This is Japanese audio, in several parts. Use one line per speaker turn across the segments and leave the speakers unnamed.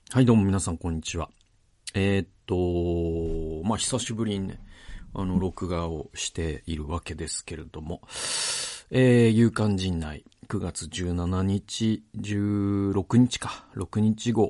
はい、どうも皆さん、こんにちは。久しぶりにね、録画をしているわけですけれども、夕刊陣内、9月17日、16日か、6日後、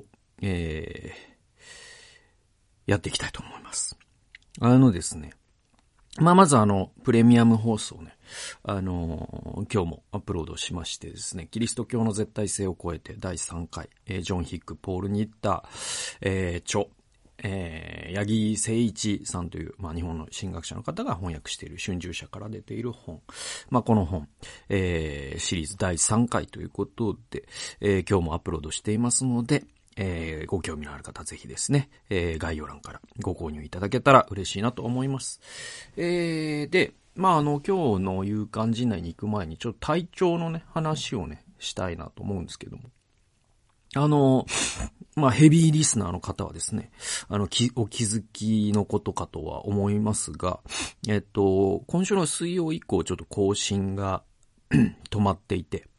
やっていきたいと思います。ですね、まずプレミアム放送ね、今日もアップロードしましてですね、キリスト教の絶対性を超えて第3回、ジョン・ヒック・ポール・ニッター、著、八木誠一さんという、日本の神学者の方が翻訳している春秋社から出ている本。この本、シリーズ第3回ということで、今日もアップロードしていますので、ご興味のある方ぜひですね、概要欄からご購入いただけたら嬉しいなと思います。で、今日の夕刊陣内に行く前にちょっと体調のね、話をね、したいなと思うんですけども。ヘビーリスナーの方はですね、お気づきのことかとは思いますが、今週の水曜以降ちょっと更新が止まっていて、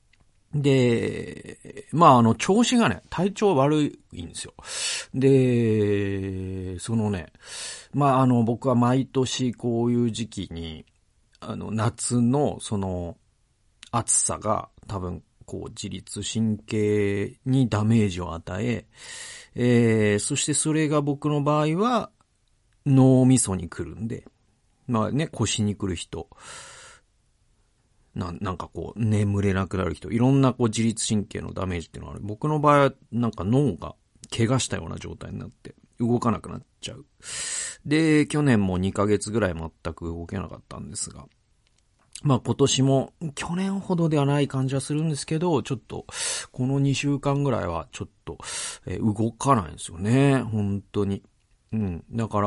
で、調子がね、体調悪いんですよ。で、僕は毎年こういう時期に、夏の暑さが多分、自律神経にダメージを与え、そしてそれが僕の場合は、脳みそに来るんで、腰に来る人、眠れなくなる人、いろんな自律神経のダメージっていうのはある。僕の場合は脳が怪我したような状態になって動かなくなっちゃう。で、去年も2ヶ月ぐらい全く動けなかったんですが、今年も去年ほどではない感じはするんですけど、ちょっとこの2週間ぐらいはちょっと、動かないんですよね、本当に。だから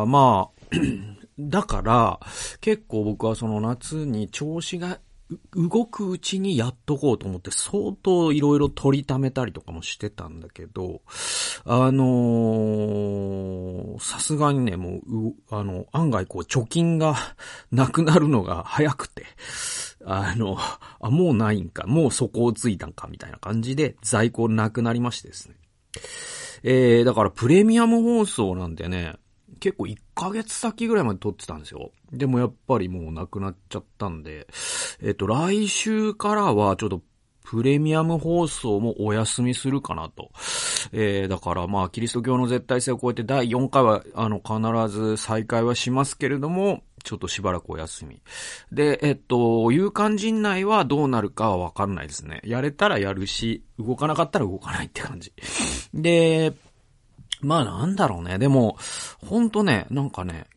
結構僕はその夏に調子が動くうちにやっとこうと思って相当いろいろ取りためたりとかもしてたんだけど、さすがにね、もう、案外貯金がなくなるのが早くて、もうないんか、もう底をついたんかみたいな感じで在庫なくなりましてですね。だからプレミアム放送なんでね、結構1ヶ月先ぐらいまで撮ってたんですよ。でもやっぱりもうなくなっちゃったんで、来週からはちょっとプレミアム放送もお休みするかなと。だからキリスト教の絶対性を超えて第4回は必ず再開はしますけれども、ちょっとしばらくお休み。で、夕刊陣内はどうなるかはわかんないですね。やれたらやるし、動かなかったら動かないって感じ。で、なんだろうね。でも、ほんとね、今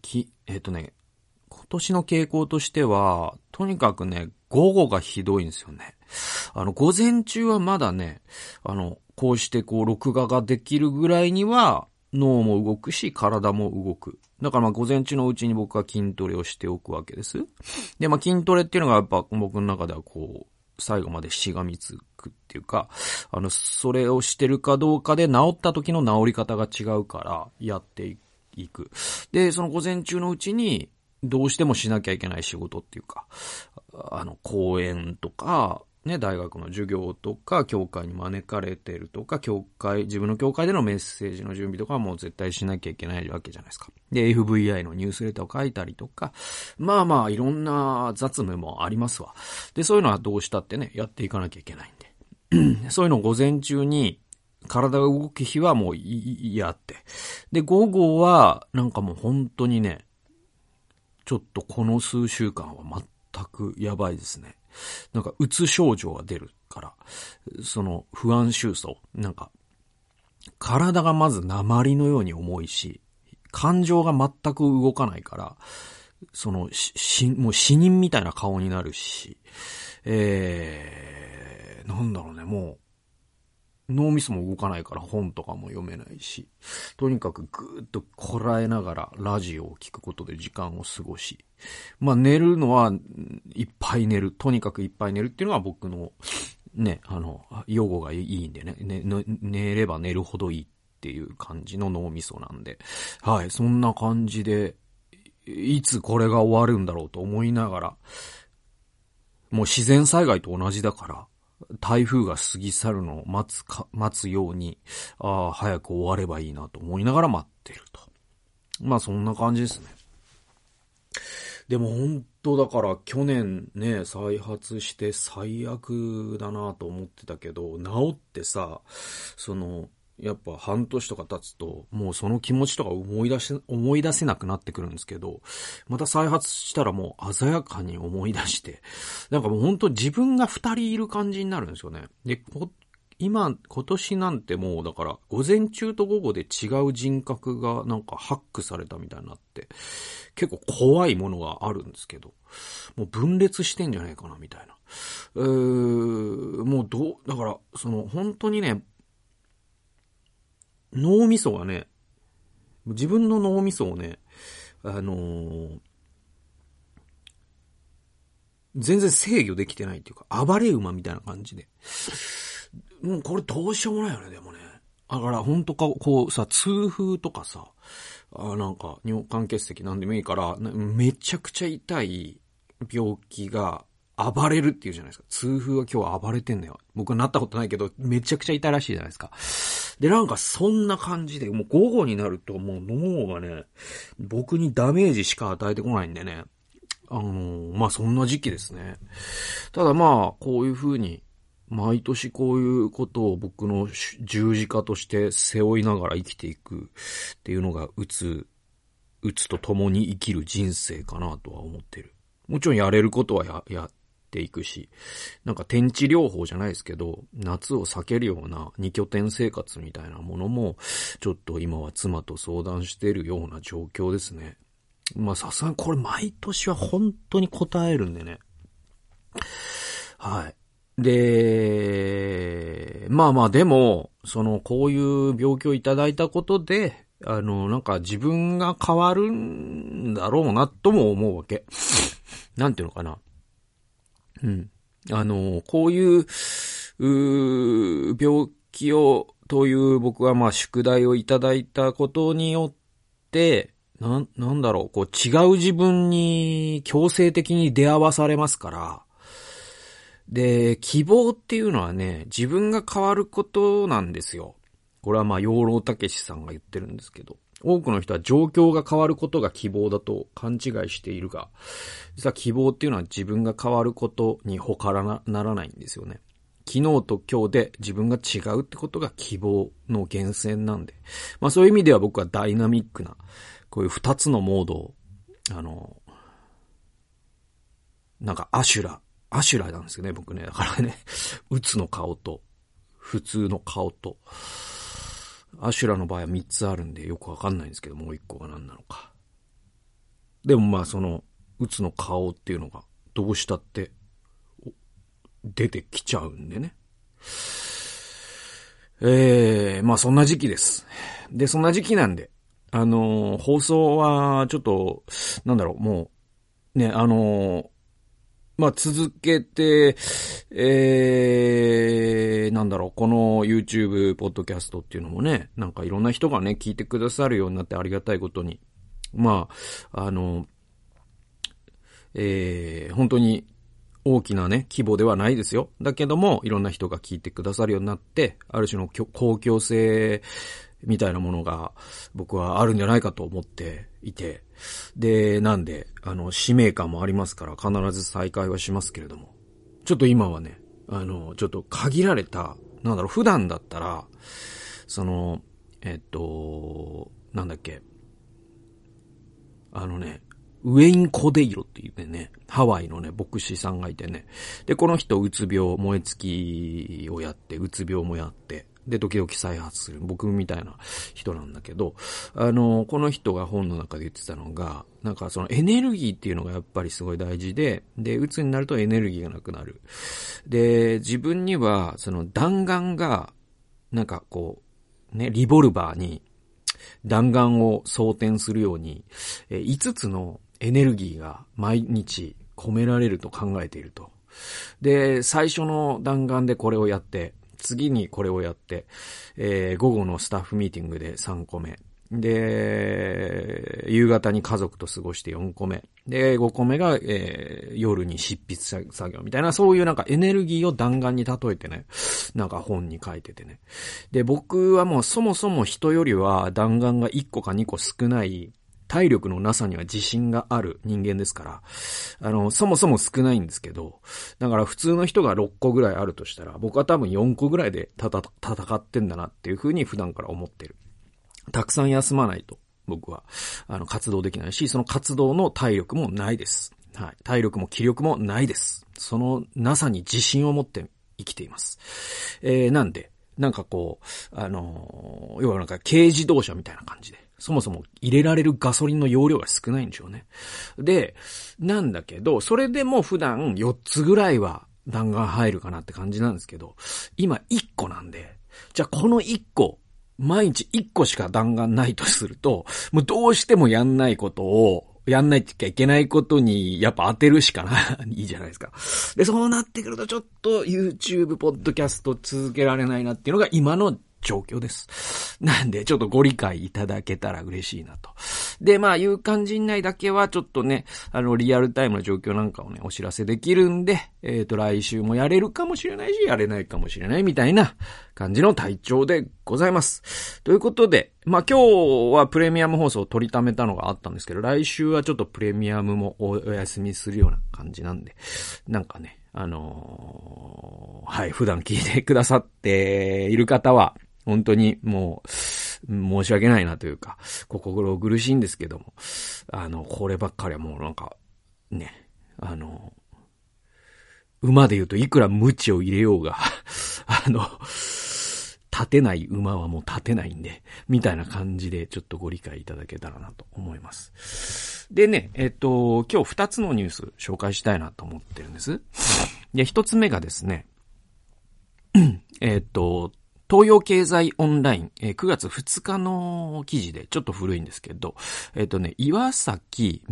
年の傾向としては、とにかくね、午後がひどいんですよね。午前中はまだね、こうして録画ができるぐらいには、脳も動くし、体も動く。だから午前中のうちに僕は筋トレをしておくわけです。で、筋トレっていうのがやっぱ僕の中では最後までしがみつくっていうか、それをしてるかどうかで治った時の治り方が違うからやっていく。で、その午前中のうちにどうしてもしなきゃいけない仕事っていうか、講演とか、ね、大学の授業とか、教会に招かれてるとか、自分の教会でのメッセージの準備とかはもう絶対しなきゃいけないわけじゃないですか。で、FVI のニュースレターを書いたりとか、いろんな雑務もありますわ。で、そういうのはどうしたってね、やっていかなきゃいけないんで。そういうのを午前中に、体が動く日はもうやって。で、午後は、もう本当にね、ちょっとこの数週間は全くやばいですね。うつ症状が出るから、不安収束。体がまず鉛のように重いし、感情が全く動かないから、もう死人みたいな顔になるし、もう、脳みそも動かないから本とかも読めないし、とにかくぐーっとこらえながらラジオを聞くことで時間を過ごし、寝るのはいっぱい寝る。とにかくいっぱい寝るっていうのが僕のね、用語がいいんでね、寝れば寝るほどいいっていう感じの脳みそなんで、はい、そんな感じで、いつこれが終わるんだろうと思いながら、もう自然災害と同じだから、 台風が過ぎ去るのを待つように、早く終わればいいなと思いながら待ってると。まあそんな感じですね。でも本当だから去年ね、再発して最悪だなと思ってたけど、治ってさ、やっぱ半年とか経つと、もうその気持ちとか思い出せなくなってくるんですけど、また再発したらもう鮮やかに思い出して、なんかもう本当自分が二人いる感じになるんですよね。で、今年なんてもうだから、午前中と午後で違う人格がなんかハックされたみたいになって、結構怖いものがあるんですけど、もう分裂してんじゃないかなみたいな。もうだから、本当にね、脳みそがね、自分の脳みそをね、全然制御できてないっていうか、暴れ馬みたいな感じで。もうこれどうしようもないよね、でもね。だから本当か、こうさ、痛風とかさ、なんか尿管結石なんでもいいから、めちゃくちゃ痛い病気が暴れるっていうじゃないですか。痛風は今日暴れてんだよ。僕はなったことないけど、めちゃくちゃ痛いらしいじゃないですか。で、なんかそんな感じで、もう午後になるともう脳がね、僕にダメージしか与えてこないんでね。まあそんな時期ですね。ただまあ、こういう風に、毎年こういうことを僕の十字架として背負いながら生きていくっていうのがうつと共に生きる人生かなとは思ってる。もちろんやれることはやっていくし、なんか天地療法じゃないですけど、夏を避けるような二拠点生活みたいなものも、ちょっと今は妻と相談しているような状況ですね。まあさすがにこれ毎年は本当に答えるんでね。はい。で、まあまあでも、こういう病気をいただいたことで、なんか自分が変わるんだろうなとも思うわけ。なんていうのかな。うん。こういう、病気という僕はまあ宿題をいただいたことによって、なんだろう、こう違う自分に強制的に出会わされますから、で、希望っていうのはね、自分が変わることなんですよ。これはまあ、養老たけしさんが言ってるんですけど、多くの人は状況が変わることが希望だと勘違いしているが、実は希望っていうのは自分が変わることに他ならないんですよね。昨日と今日で自分が違うってことが希望の源泉なんで。まあそういう意味では僕はダイナミックな、こういう二つのモードを、なんかアシュラなんですよね、僕ね。だからね、うつの顔と、普通の顔と、アシュラの場合は3つあるんでよくわかんないんですけど、もう1個が何なのか。でもまあうつの顔っていうのが、どうしたって、出てきちゃうんでね。まあそんな時期です。で、そんな時期なんで、放送はちょっと、もう、ね、まあ、続けて、この YouTube、ポッドキャストっていうのもね、なんかいろんな人がね、聞いてくださるようになってありがたいことに。まあ、本当に大きなね、規模ではないですよ。だけども、いろんな人が聞いてくださるようになって、ある種の公共性みたいなものが僕はあるんじゃないかと思っていて、で、なんで、使命感もありますから必ず再開はしますけれども、ちょっと今はね、ちょっと限られた、普段だったら、ウェイン・コデイロっていうね、ハワイのね、牧師さんがいてね。で、この人、うつ病、燃え尽きをやって、うつ病もやって、で、時々再発する。僕みたいな人なんだけど、この人が本の中で言ってたのが、なんかエネルギーっていうのがやっぱりすごい大事で、で、うつになるとエネルギーがなくなる。で、自分には、弾丸が、なんかこう、ね、リボルバーに、弾丸を装填するように、5つのエネルギーが毎日込められると考えていると。で、最初の弾丸でこれをやって、次にこれをやって、午後のスタッフミーティングで3個目。 で、夕方に家族と過ごして4個目。で、5個目が、夜に執筆作業みたいな、そういうなんかエネルギーを弾丸に例えてね、なんか本に書いててね。で、僕はもうそもそも人よりは弾丸が1個か2個少ない体力のなさには自信がある人間ですから、そもそも少ないんですけど、だから普通の人が6個ぐらいあるとしたら、僕は多分4個ぐらいで戦ってんだなっていう風に普段から思ってる。たくさん休まないと、僕は、活動できないし、その活動の体力もないです。はい。体力も気力もないです。そのなさに自信を持って生きています。なんで、なんかこう、要はなんか軽自動車みたいな感じで、そもそも入れられるガソリンの容量が少ないんでしょうね。で、なんだけど、それでも普段4つぐらいは弾丸入るかなって感じなんですけど、今1個なんで、じゃあこの1個、毎日1個しか弾丸ないとすると、もうどうしてもやんないことを、やんないって言っちゃいけないことに、やっぱ当てるしかないいじゃないですか。で、そうなってくるとちょっと YouTube、ポッドキャスト続けられないなっていうのが今の状況です。なんで、ちょっとご理解いただけたら嬉しいなと。で、まあ、いう感じ内だけは、ちょっとね、リアルタイムの状況なんかをね、お知らせできるんで、来週もやれるかもしれないし、やれないかもしれないみたいな感じの体調でございます。ということで、まあ、今日はプレミアム放送を取りためたのがあったんですけど、来週はちょっとプレミアムもお休みするような感じなんで、なんかね、はい、普段聞いてくださっている方は、本当にもう、申し訳ないなというか、心苦しいんですけども、こればっかりはもうなんか、ね、馬で言うといくら鞭を入れようが、立てない馬はもう立てないんで、みたいな感じでちょっとご理解いただけたらなと思います。でね、今日2つのニュース紹介したいなと思ってるんです。で、1つ目がですね、東洋経済オンライン、9月2日の記事で、ちょっと古いんですけど、岩崎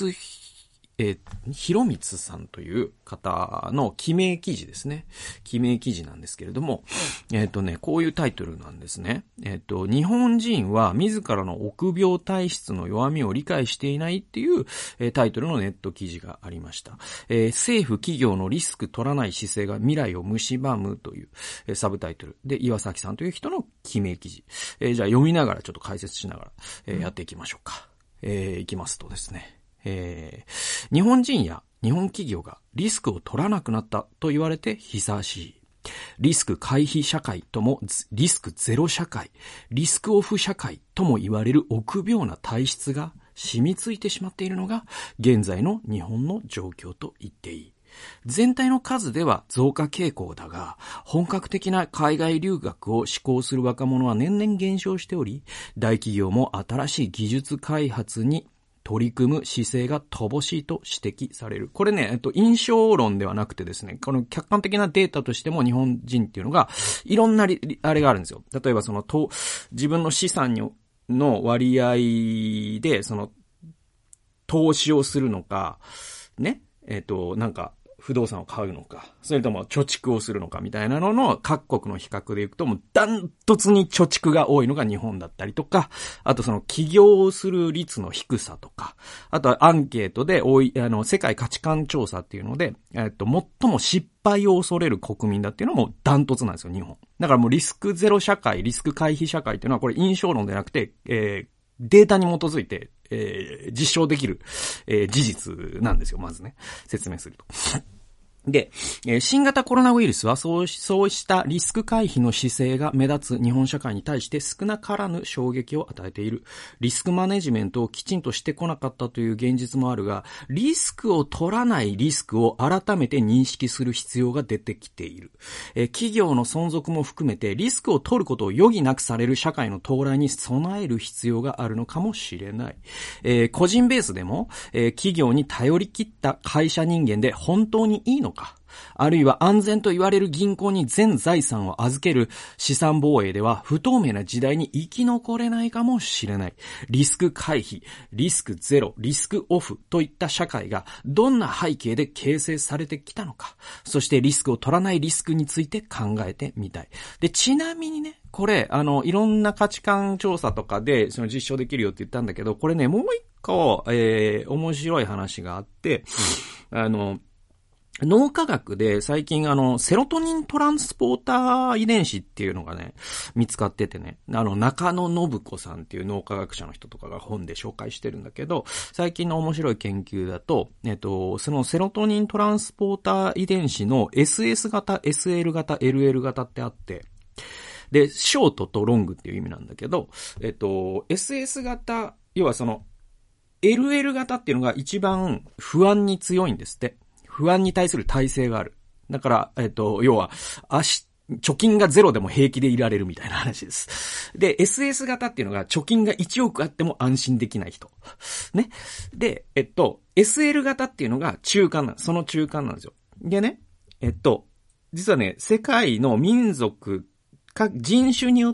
博光さんという方の記名記事ですね。記名記事なんですけれども、こういうタイトルなんですね。日本人は自らの臆病体質の弱みを理解していないっていう、タイトルのネット記事がありました。政府企業のリスク取らない姿勢が未来を蝕むという、サブタイトルで岩崎さんという人の記名記事。じゃあ読みながらちょっと解説しながら、やっていきましょうか。いきますとですね。日本人や日本企業がリスクを取らなくなったと言われて久しい。リスク回避社会ともリスクゼロ社会、リスクオフ社会とも言われる臆病な体質が染みついてしまっているのが現在の日本の状況と言っていい。全体の数では増加傾向だが、本格的な海外留学を志向する若者は年々減少しており、大企業も新しい技術開発に取り組む姿勢が乏しいと指摘される。これね、印象論ではなくてですね、この客観的なデータとしても日本人っていうのが、いろんなあれがあるんですよ。例えば自分の資産の割合で、投資をするのか、ね、なんか、不動産を買うのか、それとも貯蓄をするのかみたいなのの各国の比較でいくともうダントツに貯蓄が多いのが日本だったりとか、あと起業する率の低さとか、あとはアンケートで世界価値観調査っていうので、最も失敗を恐れる国民だっていうのもダントツなんですよ、日本。だからもうリスクゼロ社会、リスク回避社会っていうのはこれ印象論でなくて、データに基づいて、実証できる、事実なんですよ、まずね。説明すると。で、新型コロナウイルスはそうしたリスク回避の姿勢が目立つ日本社会に対して少なからぬ衝撃を与えている。リスクマネジメントをきちんとしてこなかったという現実もあるが、リスクを取らないリスクを改めて認識する必要が出てきている。企業の存続も含めてリスクを取ることを余儀なくされる社会の到来に備える必要があるのかもしれない。個人ベースでも、企業に頼り切った会社人間で本当にいいのか。あるいは安全と言われる銀行に全財産を預ける資産防衛では不透明な時代に生き残れないかもしれない。リスク回避、リスクゼロ、リスクオフといった社会がどんな背景で形成されてきたのか。そしてリスクを取らないリスクについて考えてみたい。で、ちなみにね、これ、いろんな価値観調査とかで、その実証できるよって言ったんだけど、これね、もう一個、面白い話があって、脳科学で最近セロトニントランスポーター遺伝子っていうのがね、見つかっててね、中野信子さんっていう脳科学者の人とかが本で紹介してるんだけど、最近の面白い研究だと、そのセロトニントランスポーター遺伝子の SS 型、SL 型、LL 型ってあって、で、ショートとロングっていう意味なんだけど、SS 型、要はその、LL 型っていうのが一番不安に強いんですって。不安に対する耐性がある。だから、要は、貯金がゼロでも平気でいられるみたいな話です。で、SS 型っていうのが貯金が1億あっても安心できない人。ね。で、SL 型っていうのがその中間なんですよ。でね、実はね、世界の民族、人種によって、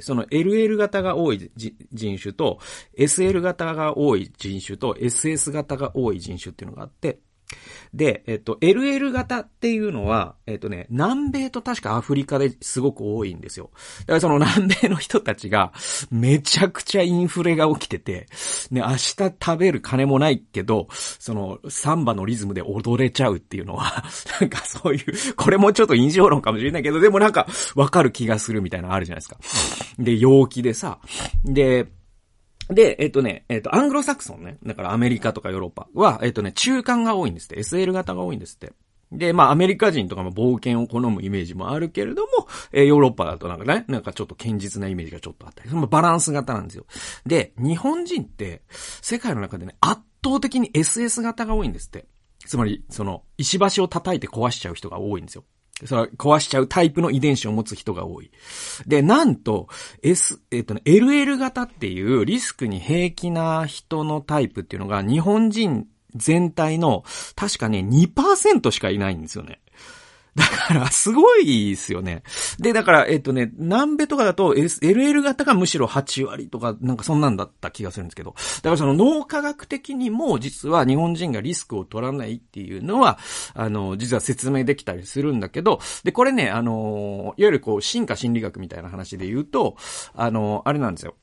その LL 型が多い人種と、SL 型が多い人種と、SS 型が多い人種っていうのがあって、で、LL 型っていうのは、南米と確かアフリカですごく多いんですよ。だからその南米の人たちが、めちゃくちゃインフレが起きてて、ね、明日食べる金もないけど、その、サンバのリズムで踊れちゃうっていうのは、なんかそういう、これもちょっと印象論かもしれないけど、でもなんか、わかる気がするみたいなのあるじゃないですか。で、陽気でさ、で、アングロサクソンね。だからアメリカとかヨーロッパは、中間が多いんですって。SL 型が多いんですって。で、まあ、アメリカ人とかも冒険を好むイメージもあるけれども、ヨーロッパだとなんかね、なんかちょっと堅実なイメージがちょっとあったり。そのバランス型なんですよ。で、日本人って、世界の中でね、圧倒的に SS 型が多いんですって。つまり、その、石橋を叩いて壊しちゃう人が多いんですよ。それは壊しちゃうタイプの遺伝子を持つ人が多い。で、なんと、LL 型っていうリスクに平気な人のタイプっていうのが日本人全体の確かね 2% しかいないんですよね。だから、すごいですよね。で、だから、南米とかだと、LL 型がむしろ8割とか、なんかそんなんだった気がするんですけど。だからその脳科学的にも、実は日本人がリスクを取らないっていうのは、実は説明できたりするんだけど、で、これね、いわゆるこう、進化心理学みたいな話で言うと、あれなんですよ。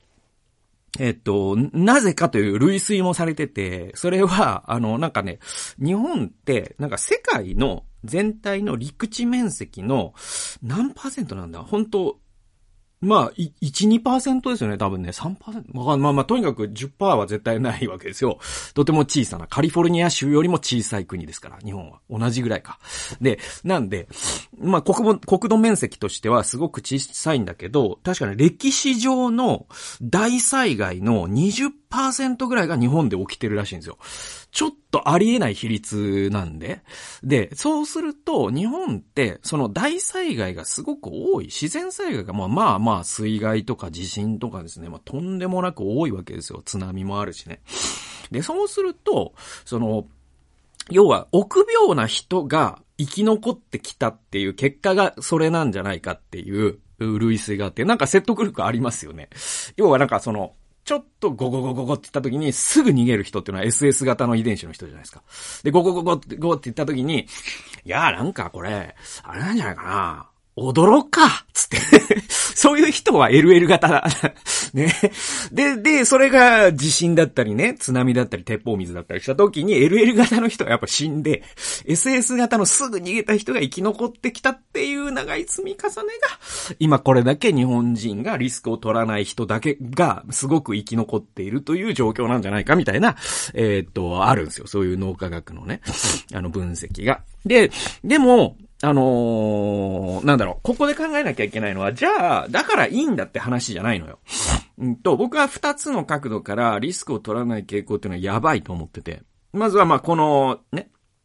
なぜかという類推もされてて、それは、なんかね、日本って、なんか世界の全体の陸地面積の何%なんだ？本当まあ、1、2% ですよね、多分ね、3%。まあ、とにかく 10% は絶対ないわけですよ。とても小さな、カリフォルニア州よりも小さい国ですから、日本は。同じぐらいか。で、なんで、まあ、国土面積としてはすごく小さいんだけど、確かに歴史上の大災害の 20% ぐらいが日本で起きてるらしいんですよ。ちょっとありえない比率なんで。で、そうすると、日本って、その大災害がすごく多い。自然災害がまあ、水害とか地震とかですね、まあ、とんでもなく多いわけですよ。津波もあるしね。で、そうすると、その、要は、臆病な人が生き残ってきたっていう結果がそれなんじゃないかっていう類推があって、なんか説得力ありますよね。要はなんかその、ちょっとゴゴゴゴゴって言った時にすぐ逃げる人っていうのは SS 型の遺伝子の人じゃないですか。で、ゴゴゴゴって言った時に、いやーなんかこれ、あれなんじゃないかな。驚っかつって。そういう人は LL 型だ。ね。で、それが地震だったりね、津波だったり、鉄砲水だったりした時に LL 型の人はやっぱ死んで、SS 型のすぐ逃げた人が生き残ってきたっていう長い積み重ねが、今これだけ日本人がリスクを取らない人だけがすごく生き残っているという状況なんじゃないかみたいな、あるんですよ。そういう脳科学のね、分析が。でも、なんだろう、ここで考えなきゃいけないのは、じゃあ、だからいいんだって話じゃないのよ。僕は2つの角度からリスクを取らない傾向っていうのはやばいと思ってて。まずはこのね、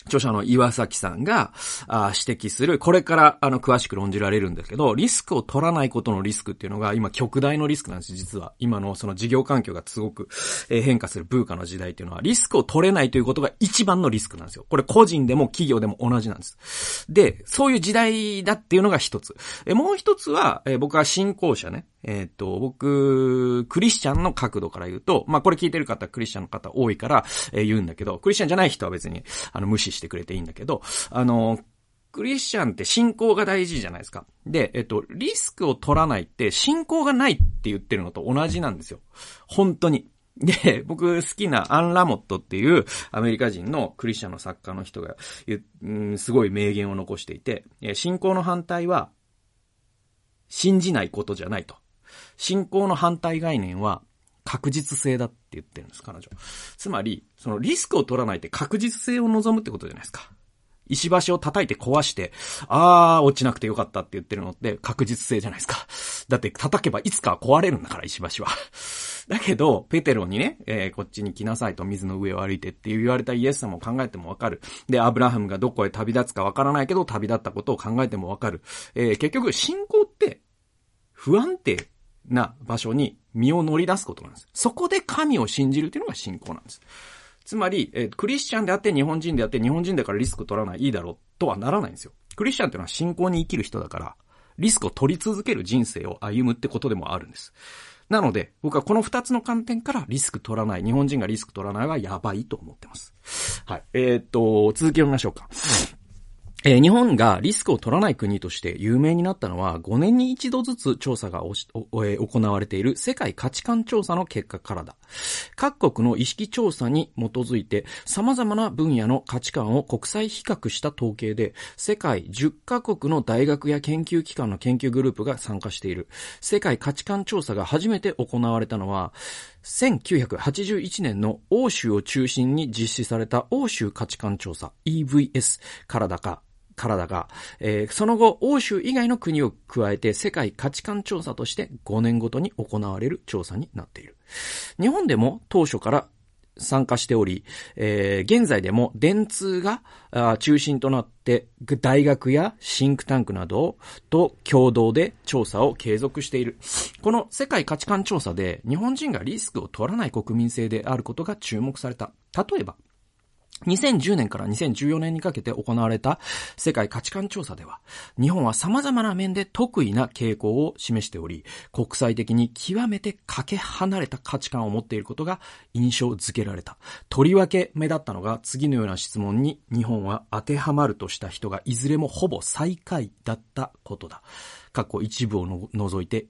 著者の岩崎さんが指摘する、これから詳しく論じられるんだけど、リスクを取らないことのリスクっていうのが今極大のリスクなんです、実は。今のその事業環境がすごく変化するブーカの時代っていうのは、リスクを取れないということが一番のリスクなんですよ。これ個人でも企業でも同じなんです。で、そういう時代だっていうのが一つ。もう一つは、僕は信仰者ね。僕、クリスチャンの角度から言うと、まあ、これ聞いてる方、クリスチャンの方多いから、言うんだけど、クリスチャンじゃない人は別に、無視してくれていいんだけど、クリスチャンって信仰が大事じゃないですか。で、リスクを取らないって信仰がないって言ってるのと同じなんですよ。本当に。で、僕好きなアン・ラモットっていうアメリカ人のクリスチャンの作家の人がすごい名言を残していて、信仰の反対は信じないことじゃないと。信仰の反対概念は確実性だって言ってるんです、彼女。つまり、そのリスクを取らないって確実性を望むってことじゃないですか。石橋を叩いて壊して、落ちなくてよかったって言ってるのって確実性じゃないですか。だって叩けばいつかは壊れるんだから、石橋は。だけど、ペテロにね、こっちに来なさいと水の上を歩いてって言われたイエス様を考えてもわかる。で、アブラハムがどこへ旅立つかわからないけど、旅立ったことを考えてもわかる。結局、信仰って不安定な場所に身を乗り出すことなんです。そこで神を信じるというのが信仰なんです。つまり、クリスチャンであって日本人であって日本人だからリスク取らないいいだろうとはならないんですよ。クリスチャンっていうのは信仰に生きる人だから、リスクを取り続ける人生を歩むってことでもあるんです。なので、僕はこの二つの観点からリスク取らない、日本人がリスク取らないはやばいと思ってます。はい。続き読みましょうか。日本がリスクを取らない国として有名になったのは5年に一度ずつ調査が行われている世界価値観調査の結果からだ。各国の意識調査に基づいて様々な分野の価値観を国際比較した統計で世界10カ国の大学や研究機関の研究グループが参加している。世界価値観調査が初めて行われたのは1981年の欧州を中心に実施された欧州価値観調査 EVS からだが、その後、欧州以外の国を加えて世界価値観調査として5年ごとに行われる調査になっている。日本でも当初から参加しており、現在でも電通が中心となって大学やシンクタンクなどと共同で調査を継続している。この世界価値観調査で日本人がリスクを取らない国民性であることが注目された。例えば、2010年から2014年にかけて行われた世界価値観調査では、日本は様々な面で特異な傾向を示しており、国際的に極めてかけ離れた価値観を持っていることが印象づけられた。とりわけ目立ったのが次のような質問に日本は当てはまるとした人がいずれもほぼ最下位だったことだ。過去一部を除いて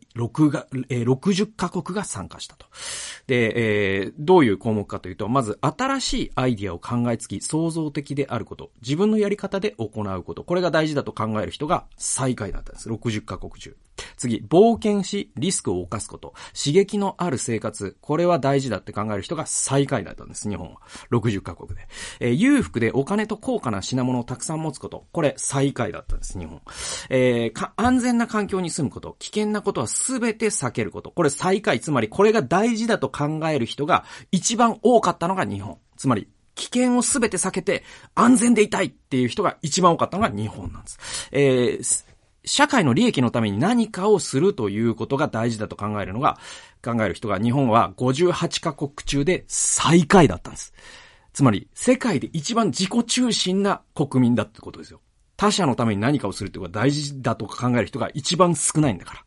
60カ国が参加したと。で、どういう項目かというと、まず新しいアイディアを考えつき創造的であること、自分のやり方で行うこと、これが大事だと考える人が最下位だったんです。60カ国中。次、冒険しリスクを冒すこと、刺激のある生活、これは大事だって考える人が最下位だったんです。日本は60カ国で。裕福でお金と高価な品物をたくさん持つこと、これ最下位だったんです。日本。安全な環境に住むこと、危険なことはすべて避けること、これ最下位。つまりこれが大事だと考える人が一番多かったのが日本。つまり危険をすべて避けて安全でいたいっていう人が一番多かったのが日本なんです。社会の利益のために何かをするということが大事だと考える人が日本は58カ国中で最下位だったんです。つまり世界で一番自己中心な国民だってことですよ。他者のために何かをするってことが大事だと考える人が一番少ないんだから。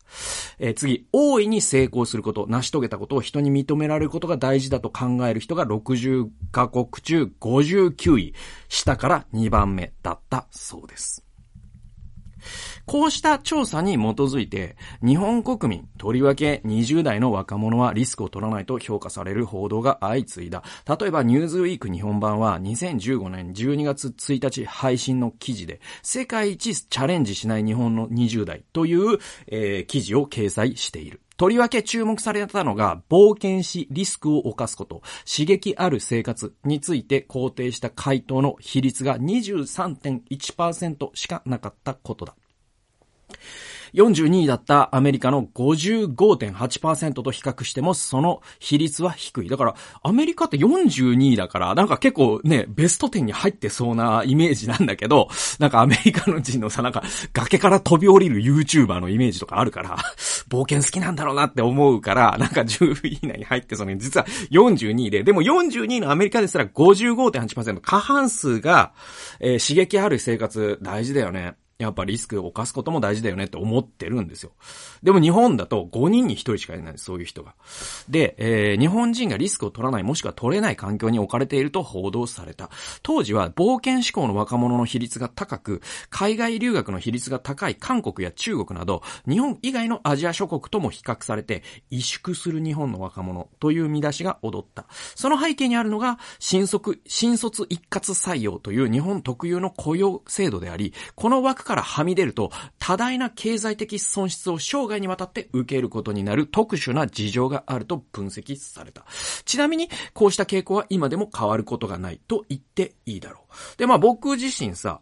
次、大いに成功すること、成し遂げたことを人に認められることが大事だと考える人が60カ国中59位、下から2番目だったそうです。こうした調査に基づいて、日本国民、とりわけ20代の若者はリスクを取らないと評価される報道が相次いだ。例えば、ニューズウィーク日本版は2015年12月1日配信の記事で、世界一チャレンジしない日本の20代という、記事を掲載している。とりわけ注目されたのが、冒険しリスクを冒すこと、刺激ある生活について肯定した回答の比率が 23.1% しかなかったことだ。 42位だったアメリカの 55.8% と比較してもその比率は低い。だからアメリカって42位だからなんか結構ね、ベスト10に入ってそうなイメージなんだけど、なんかアメリカの人のさ、なんか崖から飛び降りる YouTuber のイメージとかあるから、冒険好きなんだろうなって思うから、なんか10位以内に入ってその実は42位で、でも42位のアメリカですら 55.8%、過半数が、刺激ある生活大事だよね。やっぱリスクを冒すことも大事だよねって思ってるんですよ。でも日本だと5人に1人しかいないんです、そういう人が。で、日本人がリスクを取らないもしくは取れない環境に置かれていると報道された。当時は冒険志向の若者の比率が高く、海外留学の比率が高い韓国や中国など、日本以外のアジア諸国とも比較されて、萎縮する日本の若者という見出しが踊った。その背景にあるのが、新卒一括採用という日本特有の雇用制度であり、この枠からはみ出ると多大な経済的損失を生涯にわたって受けることになる特殊な事情があると分析された。ちなみにこうした傾向は今でも変わることがないと言っていいだろう。で、僕自身さ、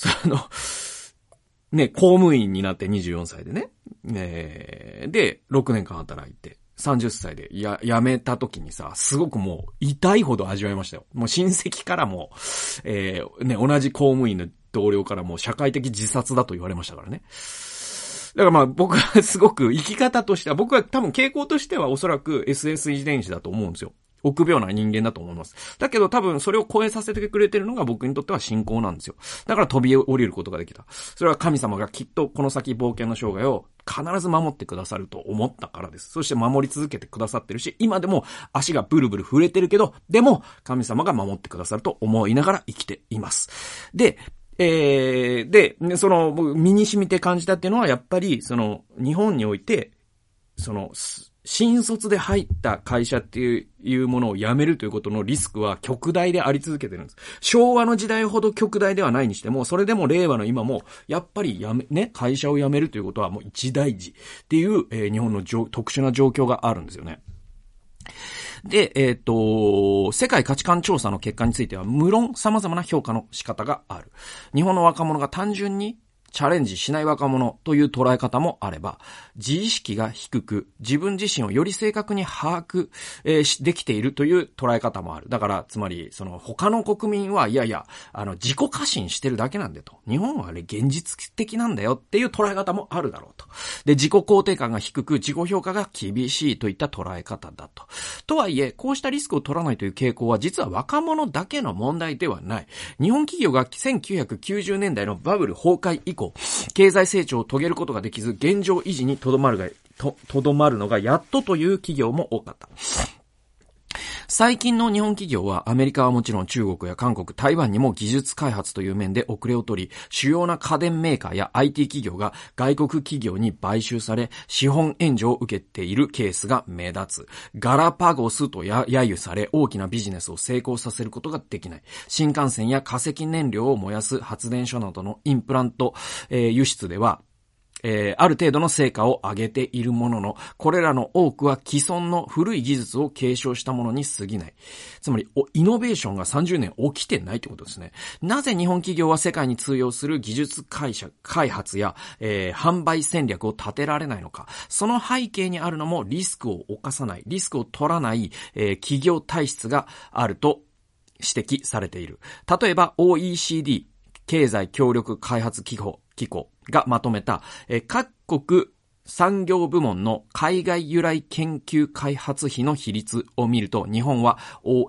公務員になって24歳でね、で、6年間働いて、30歳で辞めた時にさ、すごくもう痛いほど味わいましたよ。もう親戚からも、同じ公務員の同僚からも社会的自殺だと言われましたからね。だから僕はすごく生き方としては、僕は多分傾向としてはおそらく SS 遺伝子だと思うんですよ。臆病な人間だと思います。だけど多分それを超えさせてくれてるのが僕にとっては信仰なんですよ。だから飛び降りることができた。それは神様がきっとこの先冒険の生涯を必ず守ってくださると思ったからです。そして守り続けてくださってるし、今でも足がブルブル震えてるけど、でも神様が守ってくださると思いながら生きています。で、その身に染みて感じたっていうのはやっぱり日本において新卒で入った会社っていうものを辞めるということのリスクは極大であり続けてるんです。昭和の時代ほど極大ではないにしても、それでも令和の今も、やっぱり会社を辞めるということはもう一大事っていう、日本の特殊な状況があるんですよね。で、世界価値観調査の結果については、無論様々な評価の仕方がある。日本の若者が単純にチャレンジしない若者という捉え方もあれば、自意識が低く自分自身をより正確に把握、できているという捉え方もある。だから、つまり、他の国民は、自己過信してるだけなんだよと。日本は現実的なんだよっていう捉え方もあるだろうと。で、自己肯定感が低く自己評価が厳しいといった捉え方だと。とはいえ、こうしたリスクを取らないという傾向は実は若者だけの問題ではない。日本企業が1990年代のバブル崩壊以降、経済成長を遂げることができず、現状維持にとどまるのがやっとという企業も多かった。最近の日本企業はアメリカはもちろん中国や韓国、台湾にも技術開発という面で遅れを取り、主要な家電メーカーや IT 企業が外国企業に買収され、資本援助を受けているケースが目立つ。ガラパゴスと揶揄され、大きなビジネスを成功させることができない。新幹線や化石燃料を燃やす発電所などのインプラント、輸出では、ある程度の成果を上げているものの、これらの多くは既存の古い技術を継承したものに過ぎない。つまり、イノベーションが30年起きてないってことですね。なぜ日本企業は世界に通用する技術開発や、販売戦略を立てられないのか。その背景にあるのもリスクを冒さない、リスクを取らない、企業体質があると指摘されている。例えば OECD 経済協力開発機構がまとめた、各国産業部門の海外由来研究開発費の比率を見ると、日本は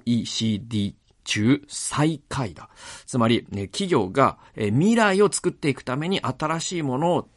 OECD 中最下位だ。つまり、企業が、未来を作っていくために新しいものを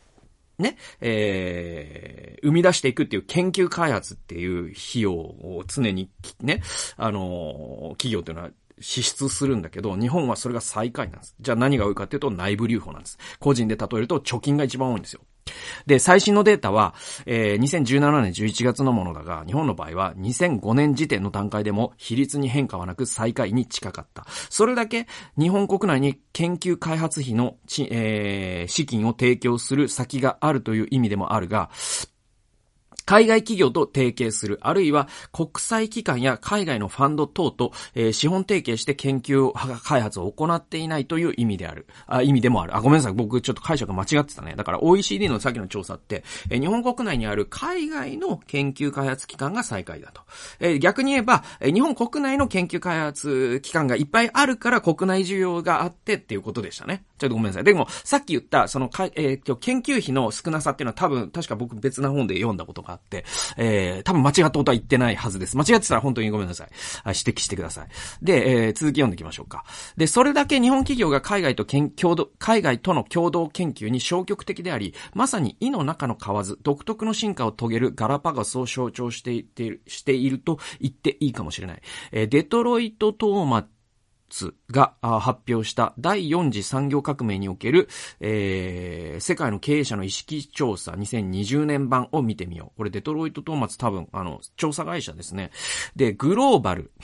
生み出していくっていう研究開発っていう費用を常に企業というのは支出するんだけど、日本はそれが最下位なんです。じゃあ何が多いかっていうと内部留保なんです。個人で例えると貯金が一番多いんですよ。で、最新のデータは、2017年11月のものだが、日本の場合は2005年時点の段階でも比率に変化はなく最下位に近かった。それだけ日本国内に研究開発費の資金を提供する先があるという意味でもあるが、 海外企業と提携する、あるいは国際機関や海外のファンド等と、資本提携して研究開発を行っていないという意味でもある。ごめんなさい。僕ちょっと解釈間違ってたね。だから OECD のさっきの調査って、日本国内にある海外の研究開発機関が最下位だと。逆に言えば、日本国内の研究開発機関がいっぱいあるから国内需要があってっていうことでしたね。ちょっとごめんなさい。でも、さっき言った、その研究費の少なさっていうのは確か僕別な本で読んだことがあって、多分間違ったことは言ってないはずです。間違ってたら本当にごめんなさい。指摘してください。で、続き読んでいきましょうか。で、それだけ日本企業が海外との共同研究に消極的であり、まさに井の中の蛙、独特の進化を遂げるガラパゴスを象徴していると言っていいかもしれない。デトロイトトーマが発表した第4次産業革命における、世界の経営者の意識調査2020年版を見てみよう。これデトロイトトーマツ多分調査会社ですね。で、グローバル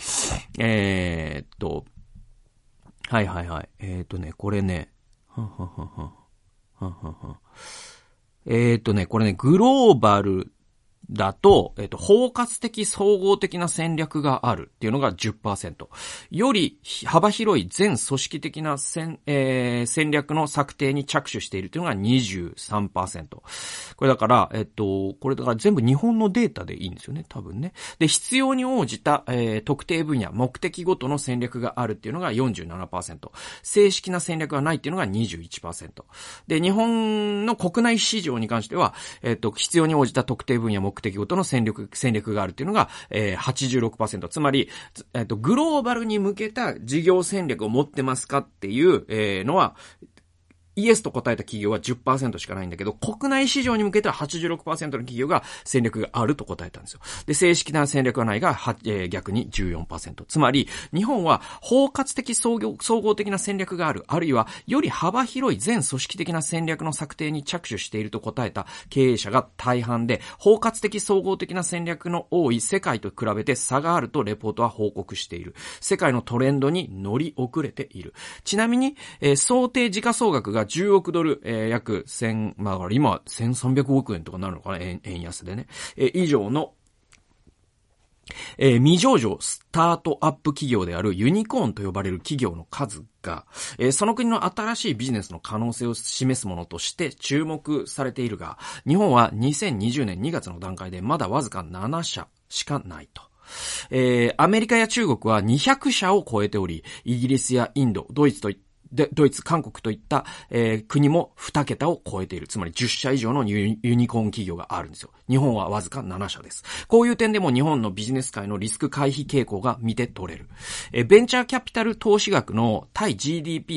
これねこれねグローバルだと、包括的総合的な戦略があるっていうのが 10%。より幅広い全組織的な戦略の策定に着手しているというのが 23%。これだから、これだから全部日本のデータでいいんですよね、多分ね。で、必要に応じた、特定分野、目的ごとの戦略があるっていうのが 47%。正式な戦略がないっていうのが 21%。で、日本の国内市場に関しては、必要に応じた特定分野、目的ごとの戦略があるっていうのが、86%。つまり、グローバルに向けた事業戦略を持ってますかっていう、のは、イエスと答えた企業は 10% しかないんだけど、国内市場に向けては 86% の企業が戦略があると答えたんですよ。で、正式な戦略がないが、逆に 14%。つまり、日本は包括的総合的な戦略がある、あるいはより幅広い全組織的な戦略の策定に着手していると答えた経営者が大半で、包括的総合的な戦略の多い世界と比べて差があるとレポートは報告している。世界のトレンドに乗り遅れている。ちなみに、想定時価総額が10億ドル、約1000、今1300億円とかなるのかな、円安でね。以上の、未上場スタートアップ企業であるユニコーンと呼ばれる企業の数が、その国の新しいビジネスの可能性を示すものとして注目されているが、日本は2020年2月の段階でまだわずか7社しかないと。アメリカや中国は200社を超えており、イギリスやインド、ドイツ、韓国といった、国も2桁を超えている。つまり10社以上のユニコーン企業があるんですよ。日本はわずか7社です。こういう点でも日本のビジネス界のリスク回避傾向が見て取れる。ベンチャーキャピタル投資額の対 GDP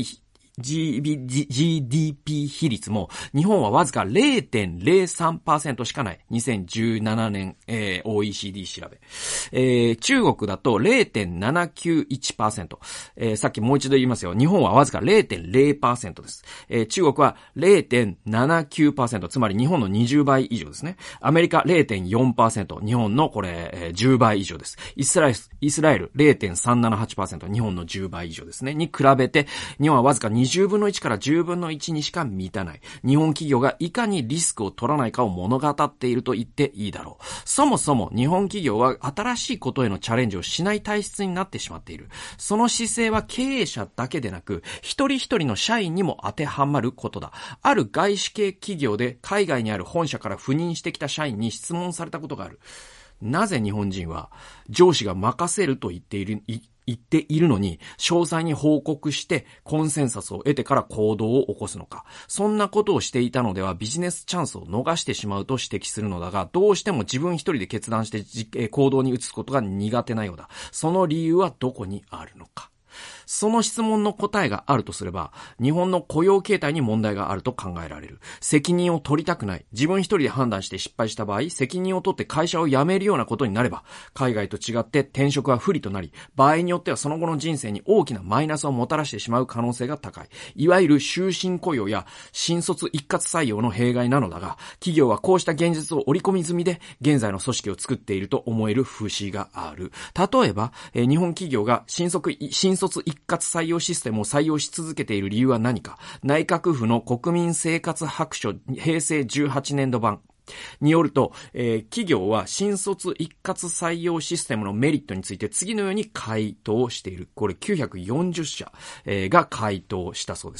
比率も日本はわずか 0.03% しかない。2017年、OECD 調べ。中国だと 0.791%、さっきもう一度言いますよ。日本はわずか 0.0% です。中国は 0.79%、つまり日本の20倍以上ですね。アメリカ 0.4%、日本のこれ、10倍以上です。イスラエル 0.378%、日本の10倍以上ですね。に比べて、日本はわずか20分の1から10分の1にしか満たない。日本企業がいかにリスクを取らないかを物語っていると言っていいだろう。そもそも日本企業は新しいことへのチャレンジをしない体質になってしまっている。その姿勢は経営者だけでなく、一人一人の社員にも当てはまることだ。ある外資系企業で海外にある本社から赴任してきた社員に質問されたことがある。なぜ日本人は上司が任せると言っているのに、詳細に報告してコンセンサスを得てから行動を起こすのか。そんなことをしていたのではビジネスチャンスを逃してしまうと指摘するのだが、どうしても自分一人で決断して行動に移すことが苦手なようだ。その理由はどこにあるのか。その質問の答えがあるとすれば、日本の雇用形態に問題があると考えられる。責任を取りたくない。自分一人で判断して失敗した場合、責任を取って会社を辞めるようなことになれば、海外と違って転職は不利となり、場合によってはその後の人生に大きなマイナスをもたらしてしまう可能性が高い。いわゆる終身雇用や新卒一括採用の弊害なのだが、企業はこうした現実を織り込み済みで、現在の組織を作っていると思える節がある。例えば、日本企業が新卒一括採用システムを採用し続けている理由は何か。内閣府の国民生活白書平成18年度版によると、企業は新卒一括採用システムのメリットについて次のように回答している。これ940社、が回答したそうです。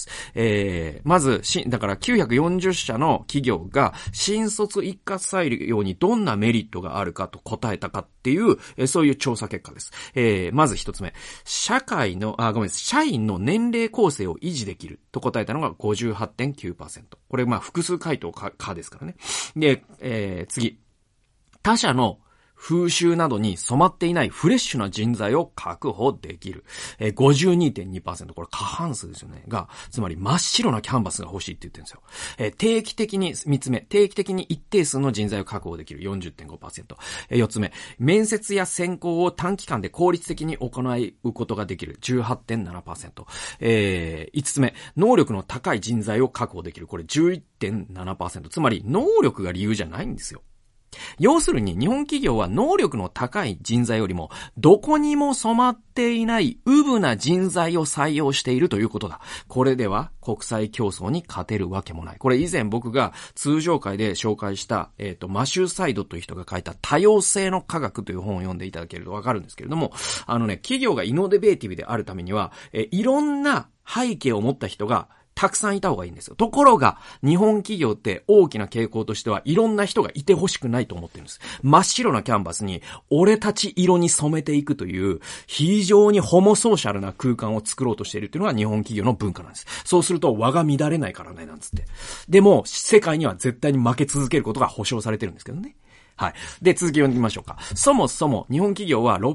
まず、だから940社の企業が新卒一括採用にどんなメリットがあるかと答えたかっていう、そういう調査結果です。まず一つ目。社員の年齢構成を維持できると答えたのが 58.9%。これ複数回答かですからね。で、次。他社の風習などに染まっていないフレッシュな人材を確保できる。52.2%。これ過半数ですよね。つまり真っ白なキャンバスが欲しいって言ってるんですよ。定期的に一定数の人材を確保できる。40.5%。4つ目。面接や選考を短期間で効率的に行うことができる。18.7%。5つ目。能力の高い人材を確保できる。これ 11.7%。つまり能力が理由じゃないんですよ。要するに日本企業は能力の高い人材よりもどこにも染まっていないウブな人材を採用しているということだ。これでは国際競争に勝てるわけもない。これ以前僕が通常会で紹介した、マシューサイドという人が書いた多様性の科学という本を読んでいただけるとわかるんですけれども、企業がイノベーティブであるためには、いろんな背景を持った人がたくさんいた方がいいんですよ。ところが、日本企業って大きな傾向としてはいろんな人がいてほしくないと思ってるんです。真っ白なキャンバスに、俺たち色に染めていくという、非常にホモソーシャルな空間を作ろうとしているというのが日本企業の文化なんです。そうすると、輪が乱れないからね、なんつって。でも、世界には絶対に負け続けることが保証されてるんですけどね。はい。で、続き読んでみましょうか。そもそも、日本企業は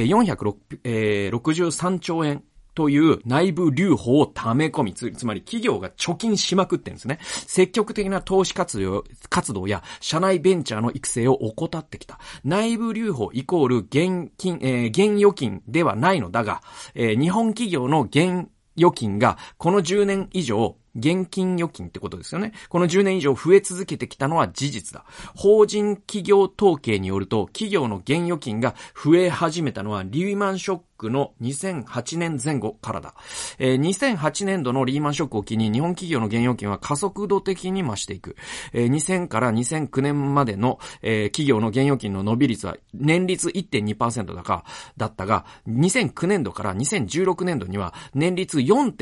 463兆円。という内部留保を溜め込み、つまり企業が貯金しまくってるんですね。積極的な投資活動や社内ベンチャーの育成を怠ってきた。内部留保イコール現預金ではないのだが、日本企業の現預金がこの10年以上、現金預金ってことですよね。この10年以上増え続けてきたのは事実だ。法人企業統計によると、企業の現預金が増え始めたのはリーマンショックの2008年前後からだ。2008年度のリーマンショックを機に日本企業の現預金は加速度的に増していく。2000から2009年までの、企業の現預金の伸び率は年率 1.2% だったが、2009年度から2016年度には年率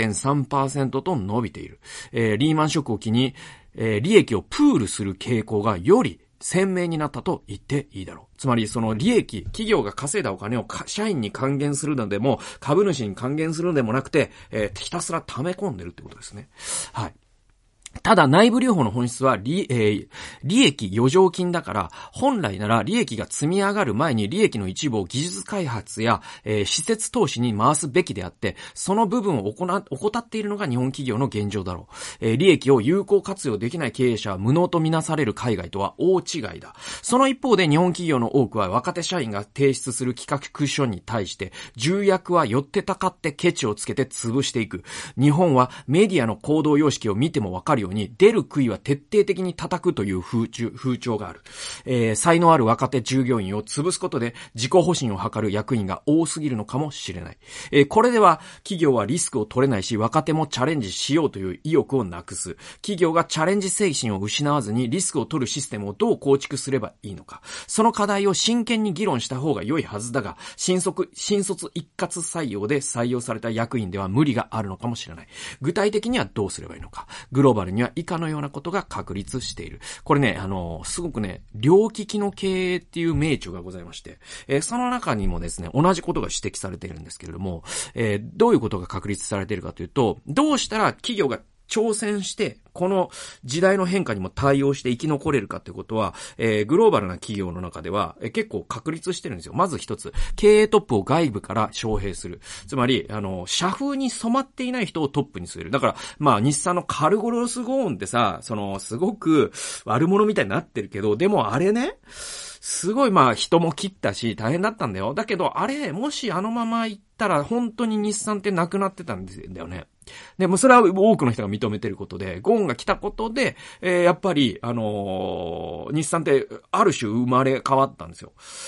4.3% と伸びている。リーマンショックを機に、利益をプールする傾向がより鮮明になったと言っていいだろう。つまりその利益、企業が稼いだお金を社員に還元するのでも、株主に還元するのでもなくて、ひたすら溜め込んでるってことですね。はい。ただ内部留保の本質は利益余剰金だから、本来なら利益が積み上がる前に利益の一部を技術開発や、施設投資に回すべきであって、その部分を怠っているのが日本企業の現状だろう。利益を有効活用できない経営者は無能とみなされる海外とは大違いだ。その一方で日本企業の多くは若手社員が提出する企画書に対して、重役は寄ってたかってケチをつけて潰していく。日本はメディアの行動様式を見てもわかるように出る杭は徹底的に叩くという風潮がある。才能ある若手従業員を潰すことで自己保身を図る役員が多すぎるのかもしれない。これでは企業はリスクを取れないし、若手もチャレンジしようという意欲をなくす。企業がチャレンジ精神を失わずにリスクを取るシステムをどう構築すればいいのか。その課題を真剣に議論した方が良いはずだが、新卒一括採用で採用された役員では無理があるのかもしれない。具体的にはどうすればいいのか。グローバルには以下のようなことが確立している。これね、すごくね、両利きの経営っていう名著がございまして、その中にもですね、同じことが指摘されているんですけれども、どういうことが確立されているかというと、どうしたら企業が挑戦して、この時代の変化にも対応して生き残れるかということは、グローバルな企業の中では、結構確立してるんですよ。まず一つ、経営トップを外部から招聘する。つまり、社風に染まっていない人をトップにする。だから、日産のカルロス・ゴーンってさ、すごく悪者みたいになってるけど、でもあれね、すごい人も切ったし大変だったんだよ。だけどあれ、もしあのまま行ったら本当に日産ってなくなってたんだよね。でもそれは多くの人が認めてることで、ゴーンが来たことで、やっぱり日産ってある種生まれ変わったんですよ。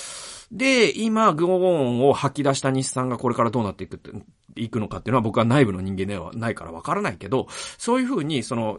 で、今、ゴーンを吐き出した日産がこれからどうなっていくのかっていうのは僕は内部の人間ではないからわからないけど、そういうふうに、その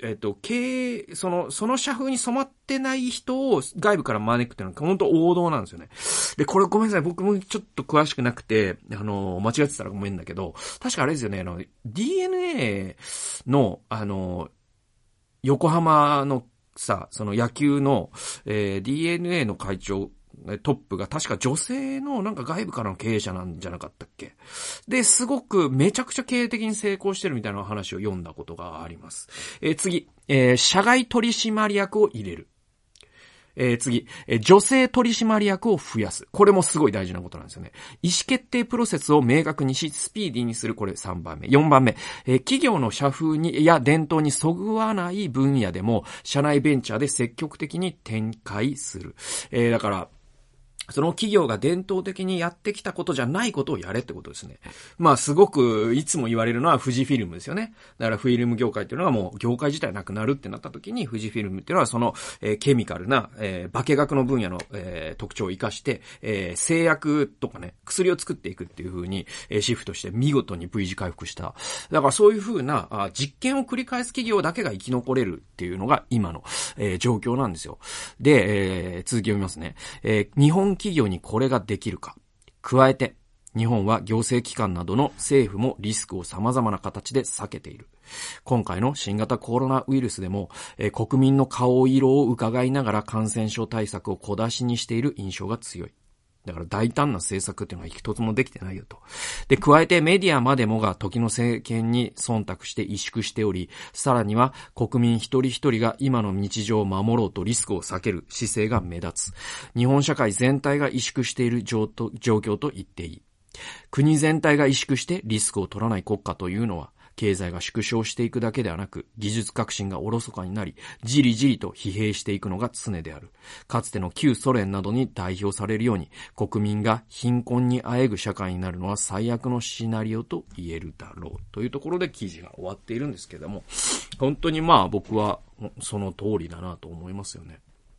社風に染まってない人を外部から招くっていうのは本当王道なんですよね。で、これごめんなさい。僕もちょっと詳しくなくて、間違ってたらごめんだけど、確かあれですよね、DNA の、横浜のさ、その野球の、DNA の会長、トップが確か女性のなんか外部からの経営者なんじゃなかったっけ。で、すごくめちゃくちゃ経営的に成功してるみたいな話を読んだことがあります。次、社外取締役を入れる。次、女性取締役を増やす。これもすごい大事なことなんですよね。意思決定プロセスを明確にし、スピーディーにする。これ3番目。4番目、企業の社風に、や伝統にそぐわない分野でも、社内ベンチャーで積極的に展開する。だから、その企業が伝統的にやってきたことじゃないことをやれってことですね。まあすごくいつも言われるのは富士フィルムですよね。だからフィルム業界っていうのはもう業界自体なくなるってなった時に富士フィルムっていうのはその、ケミカルな、化学の分野の、特徴を生かして、製薬とかね、薬を作っていくっていう風に、シフトして見事に V 字回復した。だからそういう風な実験を繰り返す企業だけが生き残れるっていうのが今の、状況なんですよ。で、続き読みますね。日本企業にこれができるか。加えて、日本は行政機関などの政府もリスクを様々な形で避けている。今回の新型コロナウイルスでも、国民の顔色を伺いながら感染症対策を小出しにしている印象が強い。だから大胆な政策っていうのは一つもできてないよと。で、加えてメディアまでもが時の政権に忖度して萎縮しており、さらには国民一人一人が今の日常を守ろうとリスクを避ける姿勢が目立つ。日本社会全体が萎縮している状況と言っていい。国全体が萎縮してリスクを取らない国家というのは、経済が縮小していくだけではなく、技術革新がおろそかになり、じりじりと疲弊していくのが常である。かつての旧ソ連などに代表されるように、国民が貧困にあえぐ社会になるのは最悪のシナリオと言えるだろう。というところで記事が終わっているんですけれども、本当にまあ僕はその通りだなと思いますよね。